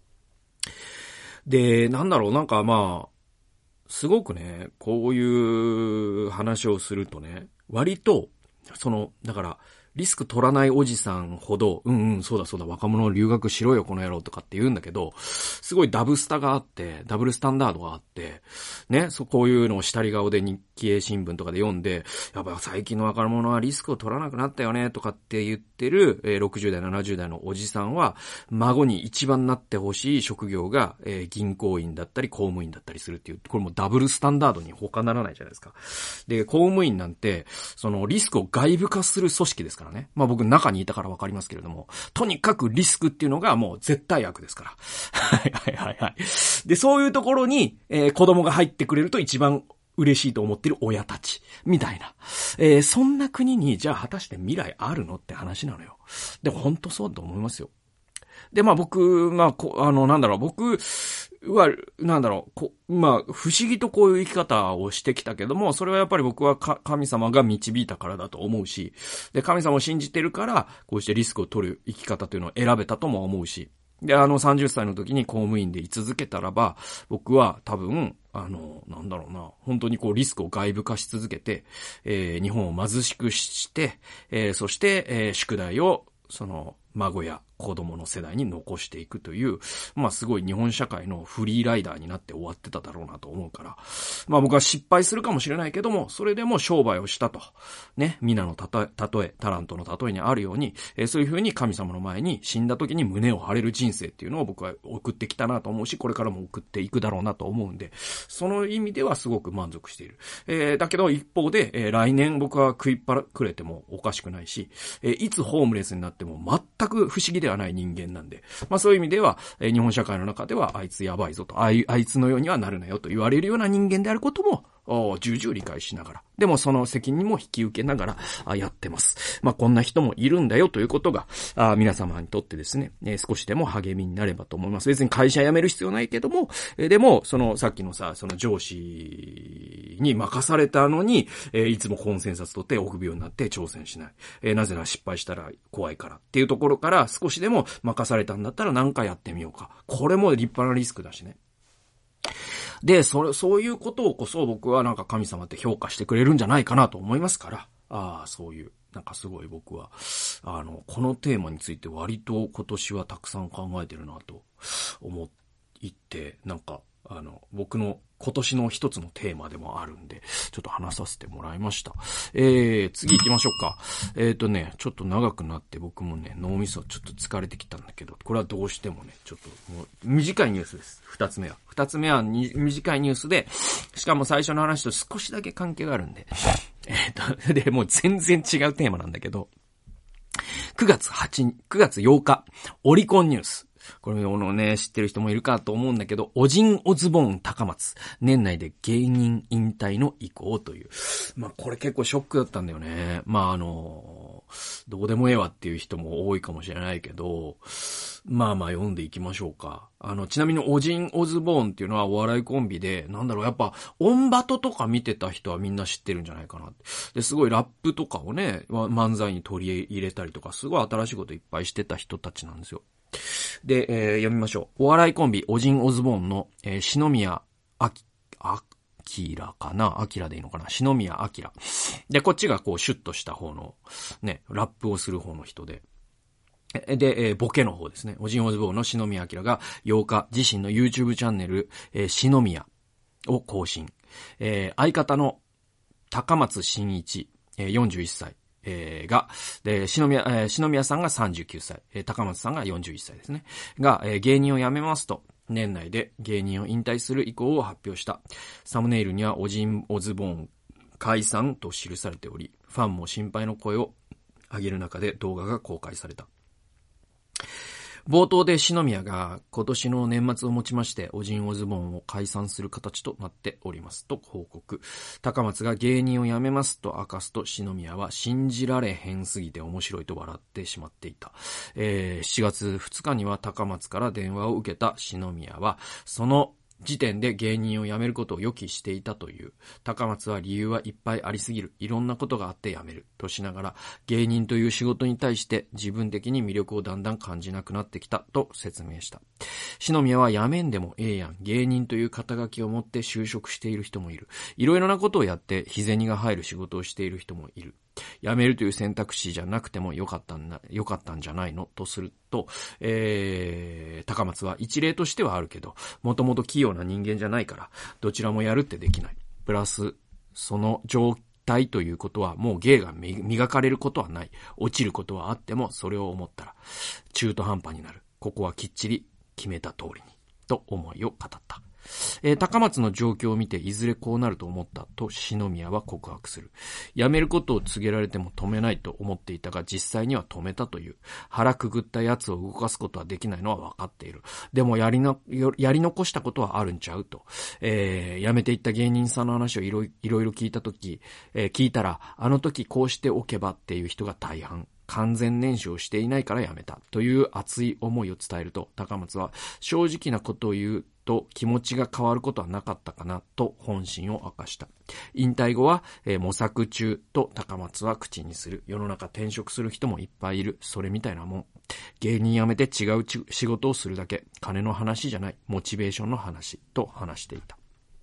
で、なんかまあ、すごくね、こういう話をするとね、割と、だから、リスク取らないおじさんほど、そうだ、若者留学しろよ、この野郎とかって言うんだけど、すごいダブスタがあって、ダブルスタンダードがあって、ね、こういうのを下り顔で日経新聞とかで読んで、やっぱ最近の若者はリスクを取らなくなったよね、とかって言ってる、60代、70代のおじさんは、孫に一番なってほしい職業が、銀行員だったり公務員だったりするっていう、これもダブルスタンダードに他ならないじゃないですか。で、公務員なんて、リスクを外部化する組織ですからね。まあ僕中にいたからわかりますけれども、とにかくリスクっていうのがもう絶対悪ですから。はい。で、そういうところに、子供が入ってくれると一番嬉しいと思ってる親たち、みたいな。そんな国に、じゃあ果たして未来あるのって話なのよ。でも本当そうだと思いますよ。で、まあ僕が、僕は、まあ、不思議とこういう生き方をしてきたけども、それはやっぱり僕は神様が導いたからだと思うし、で、神様を信じてるから、こうしてリスクを取る生き方というのを選べたとも思うし、で、30歳の時に公務員で居続けたらば、僕は多分、本当にこうリスクを外部化し続けて、日本を貧しくして、そして、宿題を、孫や子供の世代に残していくという、まあすごい日本社会のフリーライダーになって終わってただろうなと思うから、まあ僕は失敗するかもしれないけども、それでも商売をしたと。ね、皆の例え、タラントの例えにあるように、そういう風に神様の前に死んだ時に胸を張れる人生っていうのを僕は送ってきたなと思うし、これからも送っていくだろうなと思うんで、その意味ではすごく満足している。だけど一方で、来年僕は食いっぱらくれてもおかしくないし、いつホームレスになっても全く不思議ではない人間なんで、まあそういう意味では、日本社会の中ではあいつやばいぞと、あいつのようにはなるなよと言われるような人間であることも、重々理解しながら、でもその責任も引き受けながらやってます。まあこんな人もいるんだよということが、皆様にとってですね、少しでも励みになればと思います。別に会社辞める必要ないけども、でもさっきのさ、上司に任されたのに、いつもコンセンサス取って臆病になって挑戦しない。なぜなら失敗したら怖いからっていうところから少しでも任されたんだったら何かやってみようか。これも立派なリスクだしね。 で、そういうことをこそ僕はなんか神様って評価してくれるんじゃないかなと思いますから、そういう、なんかすごい僕は、このテーマについて割と今年はたくさん考えてるなと思って、なんか、僕の今年の一つのテーマでもあるんで、ちょっと話させてもらいました。次行きましょうか。ちょっと長くなって僕もね、脳みそちょっと疲れてきたんだけど、これはどうしてもね、ちょっともう短いニュースです。二つ目は短いニュースで、しかも最初の話と少しだけ関係があるんで、で、もう全然違うテーマなんだけど、9月8日、オリコンニュース。これね、知ってる人もいるかと思うんだけど、オジンオズボーン高松、年内で芸人引退の意向という。これ結構ショックだったんだよね。どうでもええわっていう人も多いかもしれないけど、読んでいきましょうか。ちなみにオジンオズボーンっていうのはお笑いコンビで、やっぱ、オンバトとか見てた人はみんな知ってるんじゃないかな。で、すごいラップとかをね、漫才に取り入れたりとか、すごい新しいこといっぱいしてた人たちなんですよ。で、読みましょう。お笑いコンビ、オジンオズボーンの、篠宮あきらかな、あきらでいいのかな、篠宮あきら。で、こっちがこう、シュッとした方の、ね、ラップをする方の人で。で、ボケの方ですね。オジンオズボーンの篠宮あきらが8日、自身の YouTube チャンネル、篠宮を更新。相方の高松真一、41歳。で、篠宮さんが39歳、高松さんが41歳ですね。が、芸人を辞めますと、年内で芸人を引退する意向を発表した。サムネイルにはオジンオズボーン解散と記されており、ファンも心配の声を上げる中で動画が公開された。冒頭で篠宮が今年の年末をもちましてオジンオズボーンを解散する形となっておりますと報告。高松が芸人を辞めますと明かすと篠宮は信じられへんすぎて面白いと笑ってしまっていた。7月2日には高松から電話を受けた篠宮はその時点で芸人を辞めることを予期していたという。高松は理由はいっぱいありすぎる。いろんなことがあって辞める。としながら、芸人という仕事に対して自分的に魅力をだんだん感じなくなってきたと説明した。篠宮は辞めんでもええやん。芸人という肩書きを持って就職している人もいる。いろいろなことをやって日銭が入る仕事をしている人もいる。辞めるという選択肢じゃなくてもよかったんじゃないのとすると、高松は一例としてはあるけど、もともと器用な人間じゃないから、どちらもやるってできない。プラス、その状態ということは、もう芸が磨かれることはない。落ちることはあっても、それを思ったら、中途半端になる。ここはきっちり決めた通りに。と思いを語った。高松の状況を見ていずれこうなると思ったと篠宮は告白する。辞めることを告げられても止めないと思っていたが実際には止めたという。腹くぐった奴を動かすことはできないのは分かっている。でもやり残したことはあるんちゃうと。辞めていった芸人さんの話をいろいろ聞いたらあの時こうしておけばっていう人が大半。完全燃焼していないからやめたという熱い思いを伝えると高松は正直なことを言うと気持ちが変わることはなかったかなと本心を明かした。引退後は、模索中と高松は口にする。世の中転職する人もいっぱいいる。それみたいなもん。芸人辞めて違う仕事をするだけ。金の話じゃない。モチベーションの話と話していた。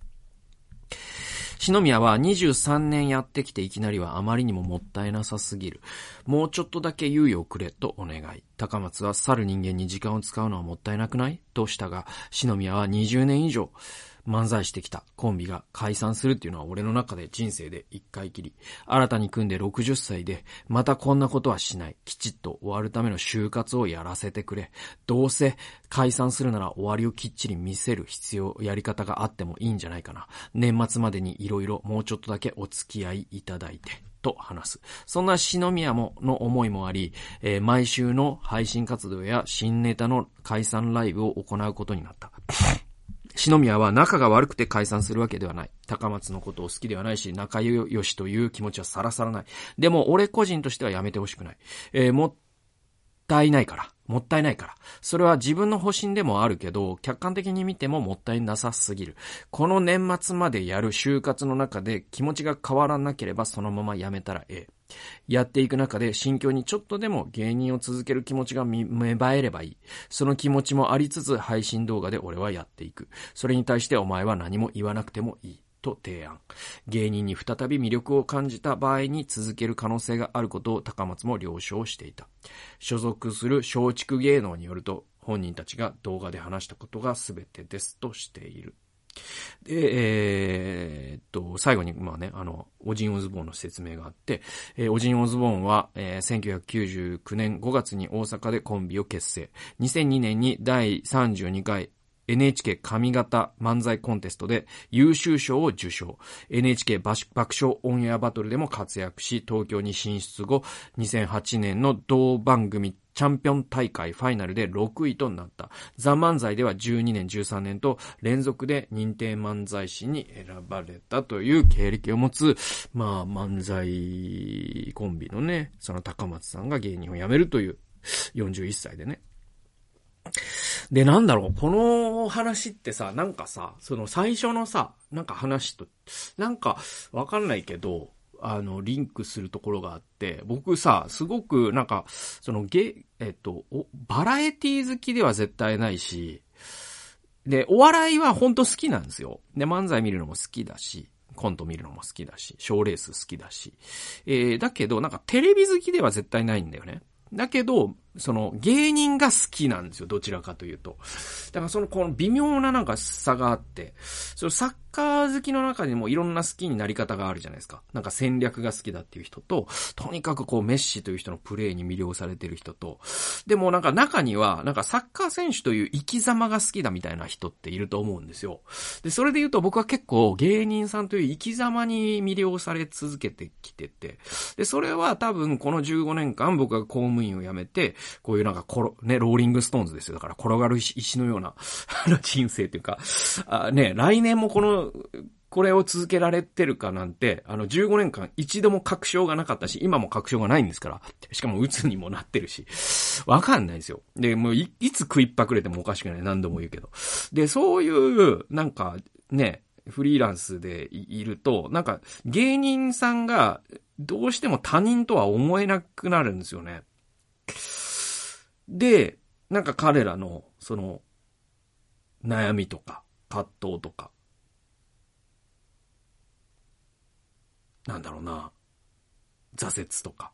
篠宮は23年やってきていきなりはあまりにももったいなさすぎる。もうちょっとだけ猶予をくれとお願い。高松は去る人間に時間を使うのはもったいなくないとしたが、篠宮は20年以上漫才してきたコンビが解散するっていうのは俺の中で人生で一回きり。新たに組んで60歳でまたこんなことはしない。きちっと終わるための就活をやらせてくれ。どうせ解散するなら終わりをきっちり見せるやり方があってもいいんじゃないかな。年末までにいろいろもうちょっとだけお付き合いいただいて。と話す。そんな篠宮の思いもあり、毎週の配信活動や新ネタの解散ライブを行うことになった。篠宮は仲が悪くて解散するわけではない。高松のことを好きではないし、仲良しという気持ちはさらさらない。でも俺個人としてはやめてほしくない。もったいないから。それは自分の保身でもあるけど、客観的に見てももったいなさすぎる。この年末までやる就活の中で気持ちが変わらなければそのままやめたらええ。 やっていく中で心境にちょっとでも芸人を続ける気持ちが芽生えればいい。その気持ちもありつつ配信動画で俺はやっていく。それに対してお前は何も言わなくてもいい。と提案。芸人に再び魅力を感じた場合に続ける可能性があることを高松も了承していた。所属する松竹芸能によると本人たちが動画で話したことが全てですとしている。で、最後に、オジンオズボーンの説明があって、オジンオズボーンは、1999年5月に大阪でコンビを結成。2002年に第32回NHK 上方漫才コンテストで優秀賞を受賞。NHK 爆笑オンエアバトルでも活躍し、東京に進出後、2008年の同番組チャンピオン大会ファイナルで6位となった。ザ・漫才では12年、13年と連続で認定漫才師に選ばれたという経歴を持つ、漫才コンビのね、その高松さんが芸人を辞めるという41歳でね。で、この話ってさ、その最初のさ、話と、わかんないけど、リンクするところがあって、僕さ、すごくそのバラエティ好きでは絶対ないし、で、お笑いは本当好きなんですよ。で、漫才見るのも好きだし、コント見るのも好きだし、賞レース好きだし。だけど、テレビ好きでは絶対ないんだよね。だけど、その芸人が好きなんですよ、どちらかというと。だからこの微妙な差があって、そのサッカー好きの中にもいろんな好きになり方があるじゃないですか。戦略が好きだっていう人と、とにかくメッシという人のプレーに魅了されてる人と、でも中には、サッカー選手という生き様が好きだみたいな人っていると思うんですよ。で、それで言うと僕は結構芸人さんという生き様に魅了され続けてきてて、で、それは多分この15年間僕が公務員を辞めて、こういうローリングストーンズですよ。だから転がる石のような人生というか、来年もこれを続けられてるかなんて、15年間一度も確証がなかったし、今も確証がないんですから。しかも鬱にもなってるし。わかんないですよ。で、もういつ食いっぱくれてもおかしくない。何度も言うけど。で、そういう、フリーランスでいると、芸人さんがどうしても他人とは思えなくなるんですよね。で、彼らの、悩みとか、葛藤とか、挫折とか、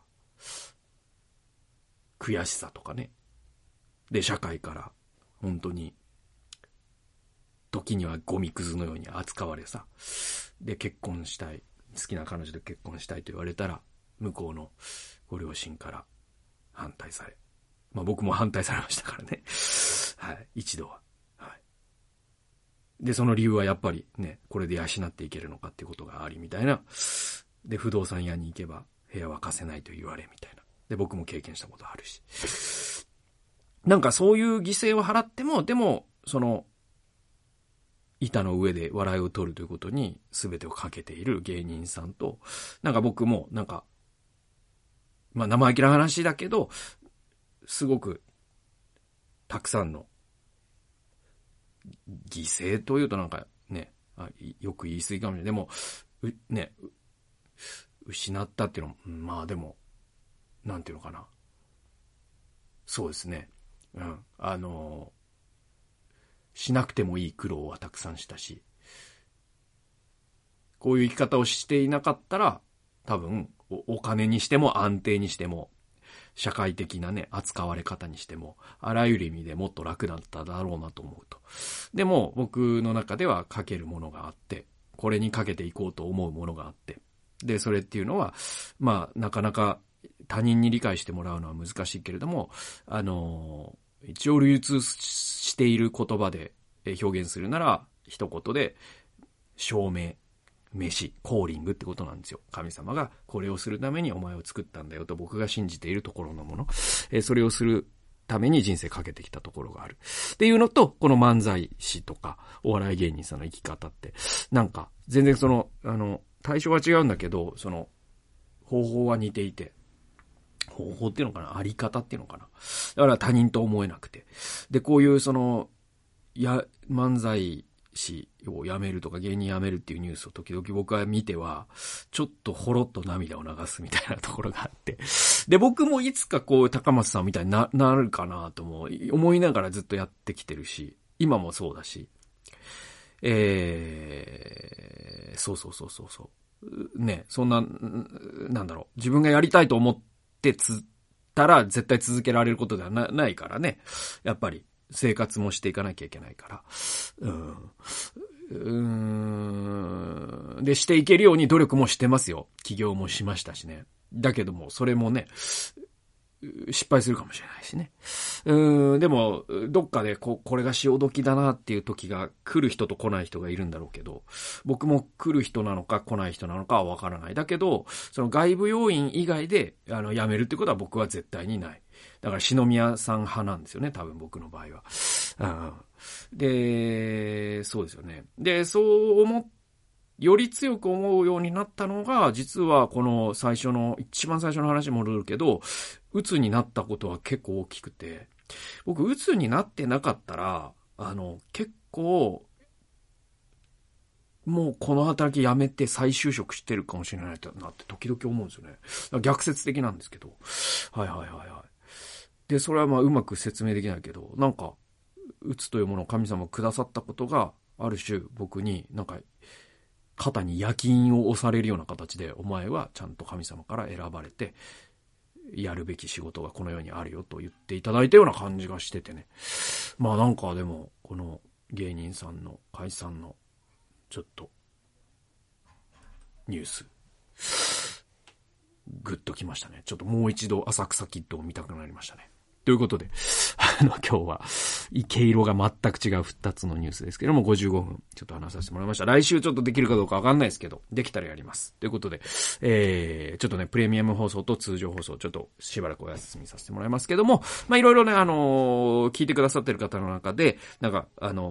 悔しさとかね。で、社会から、本当に、時にはゴミくずのように扱われさ。で、結婚したい。好きな彼女と結婚したいと言われたら、向こうのご両親から反対され。僕も反対されましたからね。はい。一度は。はい。で、その理由はやっぱりね、これで養っていけるのかっていうことがありみたいな。で、不動産屋に行けば部屋は貸せないと言われみたいな。で、僕も経験したことあるし。そういう犠牲を払っても、でも、板の上で笑いを取るということに全てをかけている芸人さんと、僕も生意気な話だけど、すごく、たくさんの、犠牲というとよく言い過ぎかもしれない。でも、失ったっていうのも、でも、なんていうのかな。そうですね。しなくてもいい苦労はたくさんしたし、こういう生き方をしていなかったら、多分、お金にしても安定にしても、社会的な扱われ方にしても、あらゆる意味でもっと楽だっただろうなと思うと。でも、僕の中ではかけるものがあって、これにかけていこうと思うものがあって。で、それっていうのは、なかなか他人に理解してもらうのは難しいけれども、一応流通している言葉で表現するなら、一言で、証明。飯、コーリングってことなんですよ。神様がこれをするためにお前を作ったんだよと僕が信じているところのもの。それをするために人生かけてきたところがある。っていうのと、この漫才師とかお笑い芸人さんの生き方って、全然対象は違うんだけど、方法は似ていて、方法っていうのかな、あり方っていうのかな。だから他人と思えなくて。で、こういう漫才師を辞めるとか芸人辞めるっていうニュースを時々僕は見ては、ちょっとほろっと涙を流すみたいなところがあって。で、僕もいつかこう、高松さんみたいになるかなとも思いながらずっとやってきてるし、今もそうだし。そうそうそうそうそう。ね、そんな、なんだろう。自分がやりたいと思ってたら絶対続けられることではないからね。やっぱり生活もしていかなきゃいけないから。で、していけるように努力もしてますよ。起業もしましたしね。だけども、それもね、失敗するかもしれないしね。でも、どっかでこれが潮時だなっていう時が来る人と来ない人がいるんだろうけど、僕も来る人なのか来ない人なのかはわからない。だけど、その外部要因以外で、辞めるってことは僕は絶対にない。だから篠宮さん派なんですよね、多分僕の場合は。で、そうですよね。で、より強く思うようになったのが、実はこの一番最初の話に戻るけど、鬱になったことは結構大きくて、僕鬱になってなかったら、結構、もうこの働きやめて再就職してるかもしれないなって時々思うんですよね。逆説的なんですけど。はいはいはいはい。で、それはまあうまく説明できないけど、なんか、鬱というものを神様くださったことが、ある種僕になんか、肩に夜勤を押されるような形で、お前はちゃんと神様から選ばれて、やるべき仕事がこの世にあるよと言っていただいたような感じがしててね。まあなんかでも、この芸人さんの、解散の、ちょっと、ニュース、グッときましたね。ちょっともう一度浅草キッドを見たくなりましたね。ということで、今日は、毛色が全く違う2つのニュースですけども、55分、ちょっと話させてもらいました。来週ちょっとできるかどうかわかんないですけど、できたらやります。ということで、ちょっとね、プレミアム放送と通常放送、ちょっとしばらくお休みさせてもらいますけども、まあ、いろいろね、聞いてくださってる方の中で、なんか、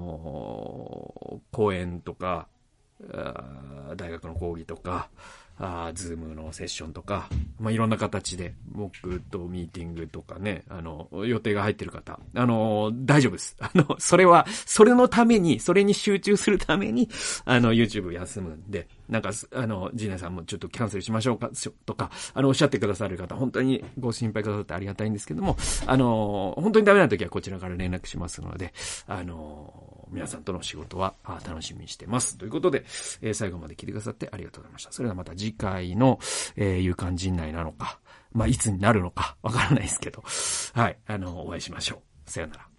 講演とか、大学の講義とか、ズームのセッションとか、まあ、いろんな形で、僕とミーティングとかね、予定が入ってる方、大丈夫です。それのために、それに集中するために、YouTube 休むんで、なんか、ジーナさんもちょっとキャンセルしましょうか、とか、おっしゃってくださる方、本当にご心配くださってありがたいんですけども、本当にダメな時はこちらから連絡しますので、皆さんとの仕事は楽しみにしてます。ということで、最後まで聞いてくださってありがとうございました。それではまた次回の、夕刊陣内なのか、まあ、いつになるのかわからないですけど、はい、お会いしましょう。さよなら。